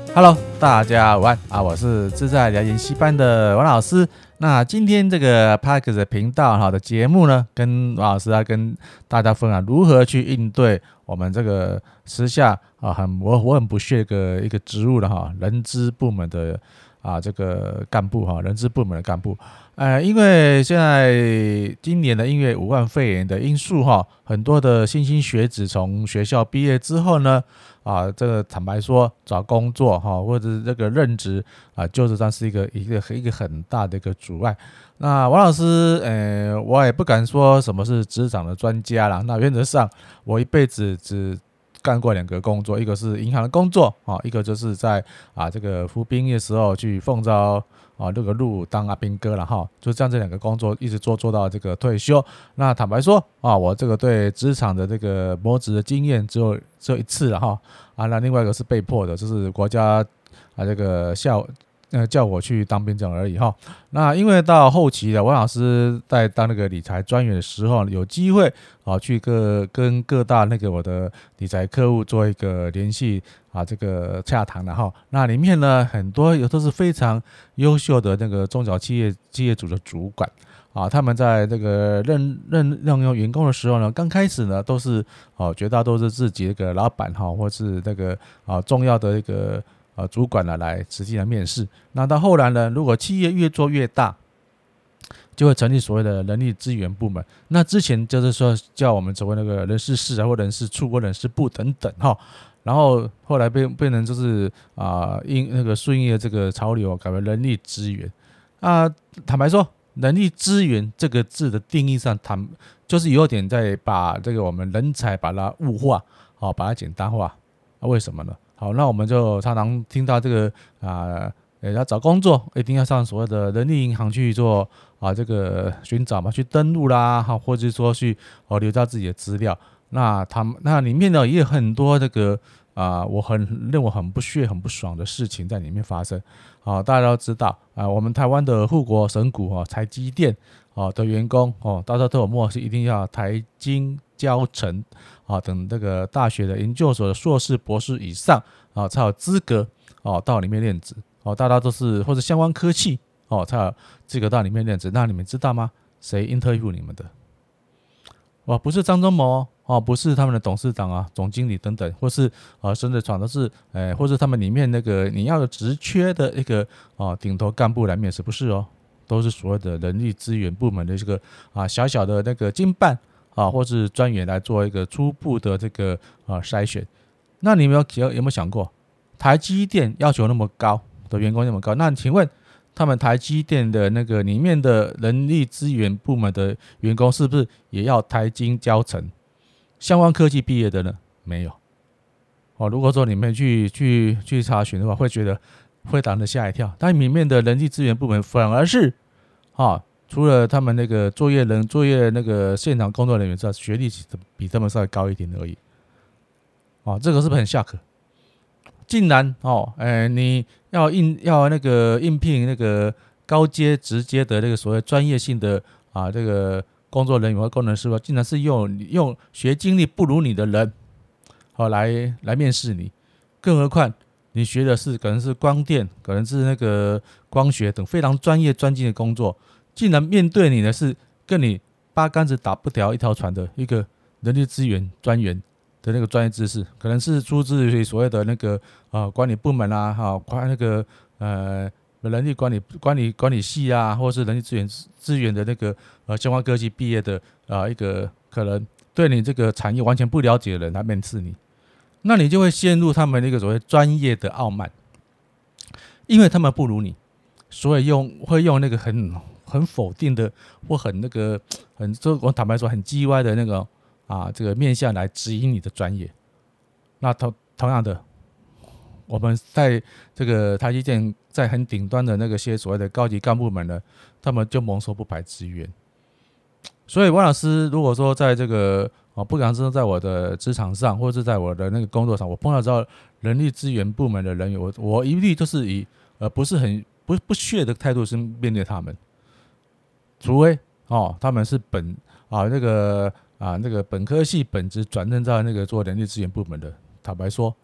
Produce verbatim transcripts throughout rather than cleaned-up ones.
Hello， 大家午安啊！我是自在聊研习班的王老师。那今天这个 Podcast 频道好的节目呢，跟王老师要跟大家分享如何去应对我们这个时下啊很我我很不屑的一个职务的哈，人资部门的啊这个干部哈，人资部门的干部。呃，因为现在今年的因为武汉肺炎的因素哈，很多的新兴学子从学校毕业之后呢。啊，这个坦白说，找工作哈，或者是这个任职啊，就职上是一个一个一个很大的一个阻碍。那王老师，呃，我也不敢说什么是职场的专家啦。那原则上，我一辈子只干过两个工作，一个是银行的工作啊，一个就是在啊这个服兵役的时候去奉召。啊，那个入伍当阿兵哥了哈，就这样这两个工作一直做做到这个退休。那坦白说啊，我这个对职场的这个磨职的经验只有只有一次了哈啊，那另外一个是被迫的，就是国家啊这个校呃叫我去当兵这样而已哈。那因为到后期的王老师在当那个理财专员的时候，有机会啊去各跟各大那个我的理财客户做一个联系。啊，这个洽谈的哈，那里面呢很多有都是非常优秀的那个中小企业企业主的主管啊，他们在这个任任任用员工的时候呢，刚开始呢都是哦，绝大都是自己这个老板哈，或是那个啊重要的一个呃主管呢来实际的面试。那到后来呢，如果企业越做越大，就会成立所谓的人力资源部门。那之前就是说叫我们成为那个人事室啊，或人事处或人事部等等哈。然后后来变变成就是啊，因那个顺应的这个潮流，改为人力资源啊。坦白说，人力资源这个字的定义上，谈就是有点在把这个我们人才把它物化，好、哦，把它简单化。啊，为什么呢？好，那我们就常常听到这个啊，要找工作一定要上所谓的人力银行去做啊，这个寻找嘛，去登录啦，哈，或者说去哦留下自己的资料。那他们那里面呢也有很多这个啊、呃，我很令我很不屑、很不爽的事情在里面发生。啊，大家都知道啊、呃，我们台湾的护国神股哦，台积电哦的员工哦，大家都有默是一定要台清交成啊等这个大学的研究所的硕士、博士以上啊，才有资格哦到里面任职哦。大家都是或者相关科技哦才有资格到里面任职。那你们知道吗？谁 interview 你们的？哇，不是张忠谋哦，不是他们的董事长啊、总经理等等，或是呃，甚至传的是，呃，或是他们里面那个你要的职缺的一个啊、呃、顶头干部来面试，不是哦，都是所谓的人力资源部门的这个啊小小的那个经办啊，或是专员来做一个初步的这个啊筛选。那你们有有没有想过，台积电要求那么高的员工那么高，那请问？他们台积电的那个里面的人力资源部门的员工是不是也要台清交成相关科技毕业的呢？没有。哦，如果说你们去去去查询的话，会觉得会让人吓一跳。但里面的人力资源部门反而是，啊，除了他们那个作业人作业那个现场工作人员之外，学历比他们稍微高一点而已。哦，这个是不是很吓客？竟然哦，哎，你要应要那个应聘那个高阶直接的那个所谓专业性的啊这个工作人员和工程师，竟然是用用学经历不如你的人，好、哦、来来面试你，更何况你学的是可能是光电，可能是那个光学等非常专业专精的工作，竟然面对你的是跟你八竿子打不着一条船的一个人力资源专员。的那个专业知识，可能是出自于所谓的那个呃管理部门啊，哈，管那个呃人力管理管理管理系啊，或是人力资源资源的那个呃相关科技毕业的啊、呃、一个可能对你这个产业完全不了解的人来面试你，那你就会陷入他们那个所谓专业的傲慢，因为他们不如你，所以用会用那个很很否定的或很那个很就我坦白说很叽歪的那个。啊，这个面向来指引你的专业。那同同样的，我们在这个台积电在很顶端的那个些所谓的高级干部们呢，他们就蒙受不白资源。所以王老师如果说在这个啊，不管是在我的职场上，或是在我的那个工作上，我碰到到人力资源部门的人员，我我一律都是以呃不是很不不屑的态度是面对他们，除非哦他们是本啊那个。啊，那个本科系本职转任到那个做人力资源部门的，坦白说，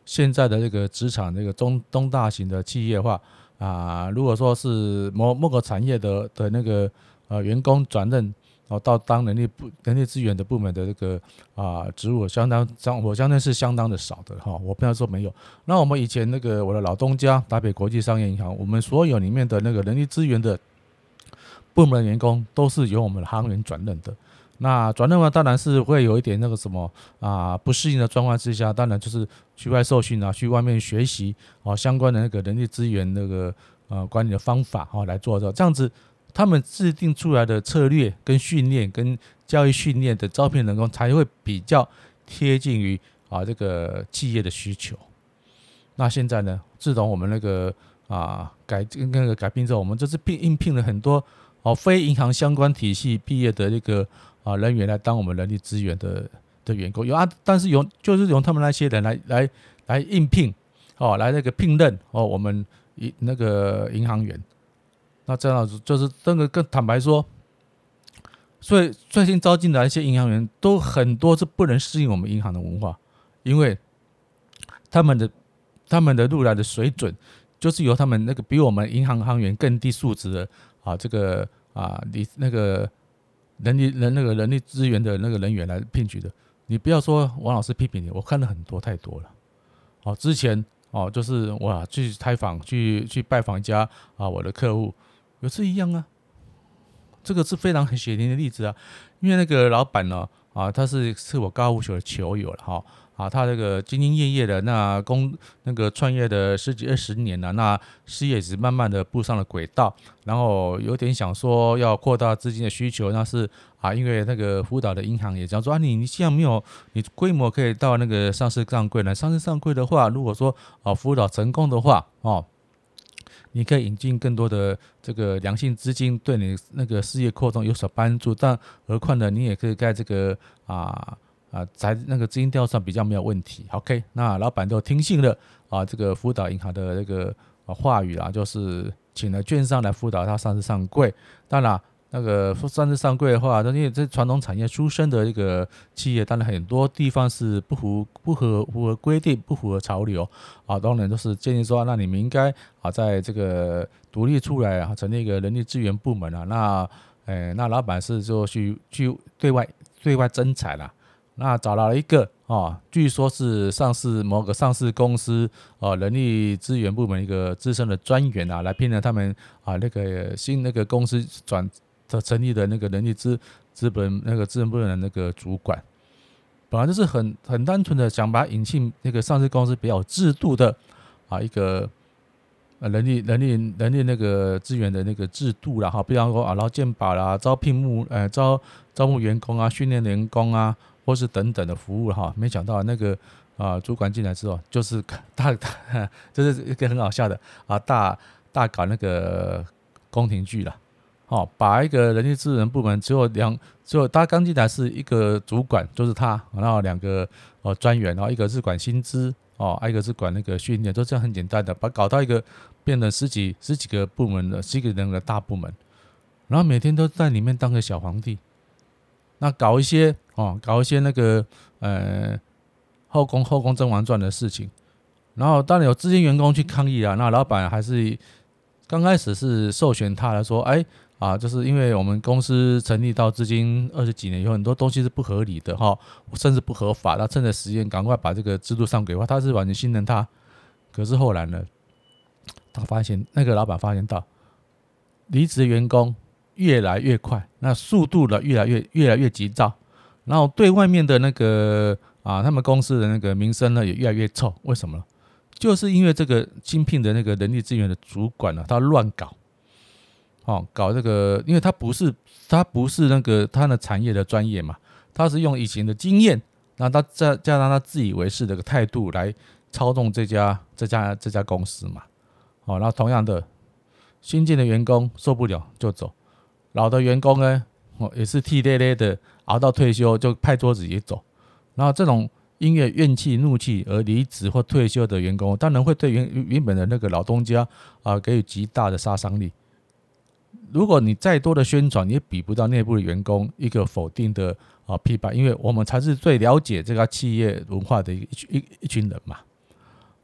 现在的这个职场这个中中大型的企业的话啊，如果说是某某个产业的的那个呃员工转任哦到当人力部人力资源的部门的这个啊职务，相当相我相信是相当的少的哈，我不要说没有。那我们以前那个我的老东家台北国际商业银行，我们所有里面的那个人力资源的部门的员工都是由我们的行员转任的。那转任嘛，当然是会有一点那个什么啊不适应的状况之下，当然就是去外受训啊，去外面学习啊相关的那个人力资源那个呃管理的方法啊来做到这样子，他们制定出来的策略跟训练跟教育训练的招聘人工才会比较贴近于啊这个企业的需求。那现在呢，自从我们那个啊改那个改并之后，我们这次聘应聘了很多哦非银行相关体系毕业的那个啊人员来当我们人力资源的的员工，有啊，但是用就是用他们那些人来来来应聘哦，来那个聘任哦我们那个银行员。那这样子就是这个更坦白说，所以最近招进来一些银行员都很多是不能适应我们银行的文化，因为他们的他们的入来的水准就是由他们那个比我们银行行员更低素质的啊这个啊你那个人力人那个人力资源的那个人员来聘举的。你不要说王老师批评你，我看了很多太多了。哦，之前哦就是我去采访去去拜访一家啊我的客户。有是一样啊，这个是非常很血淋的例子啊。因为那个老板呢，啊，他是是我高尔夫球的球友了哈，啊，他这个兢兢业业的，那工那个创业的十几二十年了，那事业是慢慢的步上了轨道，然后有点想说要扩大资金的需求，那是啊，因为那个辅导的银行也讲说啊，你你现在没有你规模可以到那个上市上柜了，上市上柜的话，如果说啊辅导成功的话，哦。你可以引进更多的这个良性资金，对你那个事业扩充有所帮助。但何况呢，你也可以在这个啊啊在那个资金调上比较没有问题。OK， 那老板都听信了啊这个辅导银行的这个话语啦，就是请了券商来辅导他上市上柜。当然，那个上市上柜的话，因为这传统产业出身的一个企业，当然很多地方是不符不合符合规定、不符合潮流啊。当然都是建议说，那你们应该啊，在这个独立出来啊，成立一个人力资源部门啊。那，诶，那老板是就去去对外对外征才啦。那找到了一个啊，据说是上市某个上市公司啊人力资源部门一个资深的专员啊，来聘任他们啊那个新那个公司转。成立的那个人力资资本那个资本部门的那个主管，本来就是很很单纯的想把引进那个上市公司比较有制度的啊一个人力人力人力那个资源的那个制度啦哈，比方说啊劳健保啦、招聘募呃招招募员工啊、训练员工啊，或是等等的服务哈，没想到那个啊主管进来之后，就是大就是一个很好笑的啊大大搞那个宫廷剧啦。哦，把一个人力资源部门只有两，只有他刚进来是一个主管，就是他，然后两个呃专员，然后一个是管薪资哦，一个是管那个训练，就这样很简单的，把搞到一个变成十几十几个部门的十几个人的大部门，然后每天都在里面当个小皇帝，那搞一些哦，搞一些那个呃后宫后宫甄嬛传的事情，然后当然有资深员工去抗议啊，那老板还是刚开始是授权他来说，哎。啊，就是因为我们公司成立到至今二十几年，有很多东西是不合理的哈，甚至不合法。他趁着时间赶快把这个制度上给他，他是完全信任他。可是后来呢，他发现那个老板发现到，离职的员工越来越快，那速度呢越来越越来越急躁，然后对外面的那个啊，他们公司的那个名声呢也越来越臭。为什么？就是因为这个新聘的那个人力资源的主管呢、啊，他乱搞。哦，搞这个，因为他不是他不是那个他的产业的专业嘛，他是用以前的经验，然后他再加上他自以为是的一个态度来操纵这家这家这家公司嘛。哦，然后同样的，新进的员工受不了就走，老的员工呢，哦也是气咧咧的熬到退休就拍桌子也走。然后这种因为怨气怒气而离职或退休的员工，当然会对原原本的那个老东家啊、呃、给予极大的杀伤力。如果你再多的宣传，你也比不到内部的员工一个否定的啊批判，因为我们才是最了解这个企业文化的一一一群人嘛。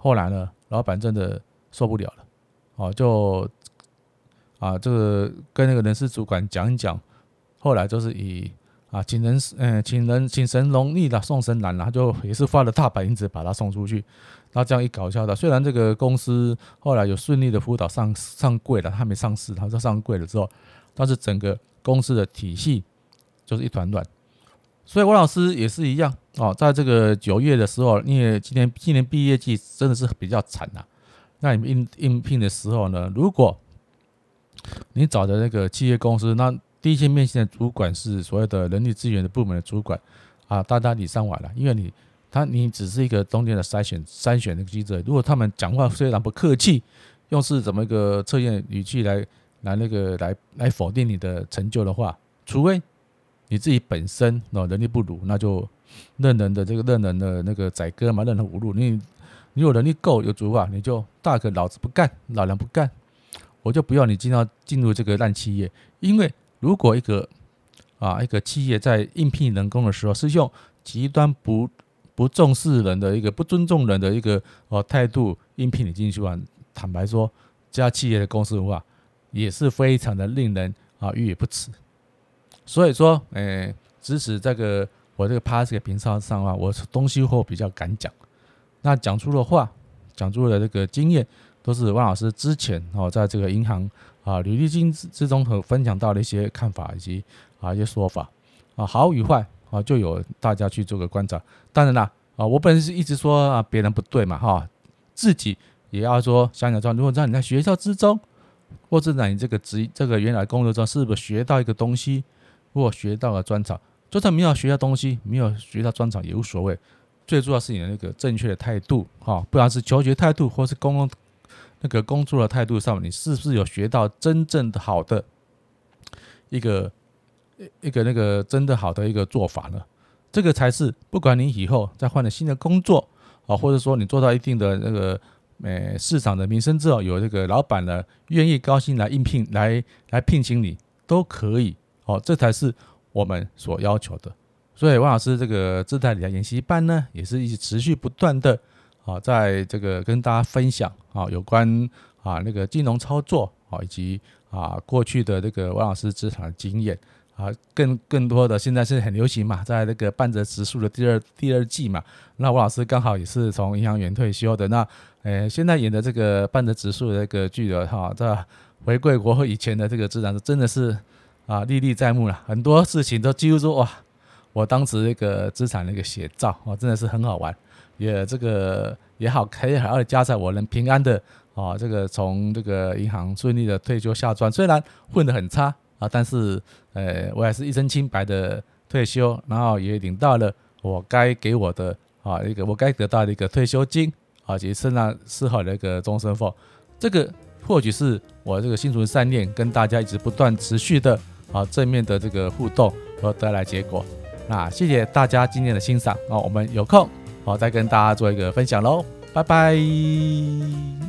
后来呢，老板真的受不了了，哦，就啊这个跟那个人事主管讲一讲，后来就是以啊请人嗯请人请神容易的送神难了，他就也是花了大把银子把他送出去。那这样一搞笑的，虽然这个公司后来有顺利的辅导上上柜了，他没上市，他说上柜了之后，但是整个公司的体系就是一团乱。所以王老师也是一样哦，在这个九月的时候，因为今年今年毕业季真的是比较惨啊。那你们应应聘的时候呢，如果你找的那个企业公司，那第一线面线的主管是所谓的人力资源的部门的主管啊，大家礼尚往来，因为你他你只是一个中间的筛选筛选的机制。如果他们讲话虽然不客气，用是怎么一个测验语气来来那个来来否定你的成就的话，除非你自己本身能力不如，那就任人的这个任人的那个宰割嘛，任人侮辱你。你有能力够有足啊，你就大可老子不干，老娘不干，我就不要你进到进入这个烂企业。因为如果一个啊一个企业在应聘人工的时候是用极端不不重视人的一个不尊重人的一个哦态度应聘你进去啊，坦白说，这家企业的公司文化也是非常的令人啊欲言不止。所以说，诶，支持这个我这个 Podcast 频道上啊，我东西会比较敢讲。那讲出的话，讲出的这个经验，都是汪老师之前哦，在这个银行啊履历经之中和分享到的一些看法以及啊一些说法啊，好与坏啊，就有大家去做个观察。当然啦，啊，我本身是一直说啊别人不对嘛哈，自己也要说想想说，如果在你在学校之中，或者在你这个职这个原来工作中，是不是学到一个东西？如果学到了专长，就算没有学到东西，没有学到专长也无所谓。最重要是你的那个正确的态度，不管是求学态度，或是工那个工作的态度上，你是不是有学到真正的好的一个一个那个真的好的一个做法呢？这个才是不管你以后再换了新的工作，或者说你做到一定的那个呃市场的名声之后，有这个老板呢愿意高薪来应聘来来聘请你，都可以。这才是我们所要求的。所以汪老师这个自在理财研习班呢，也是一直持续不断的啊，在这个跟大家分享啊有关啊那个金融操作啊，以及啊过去的这个汪老师职场的经验啊，更更多的现在是很流行嘛，在那个半泽直树的第二第二季嘛，那汪老师刚好也是从银行员退休的，那呃现在演的这个半泽直树的这个剧的哈，在回归国后以前的这个职场真的是。啊，历历在目了，很多事情都几乎说哇，我当时那个资产那个写照，哦，真的是很好玩，也这个也好，可以好好的加上我能平安的啊，这个从这个银行顺利的退休下专，虽然混得很差啊，但是呃，我还是一身清白的退休，然后也领到了我该给我的啊一个我该得到的一个退休金啊，以及身上适合的一个终身俸，这个或许是我这个心存善念，跟大家一直不断持续的。啊，正面的这个互动而得来结果。那谢谢大家今天的欣赏，我们有空好再跟大家做一个分享喽，拜拜。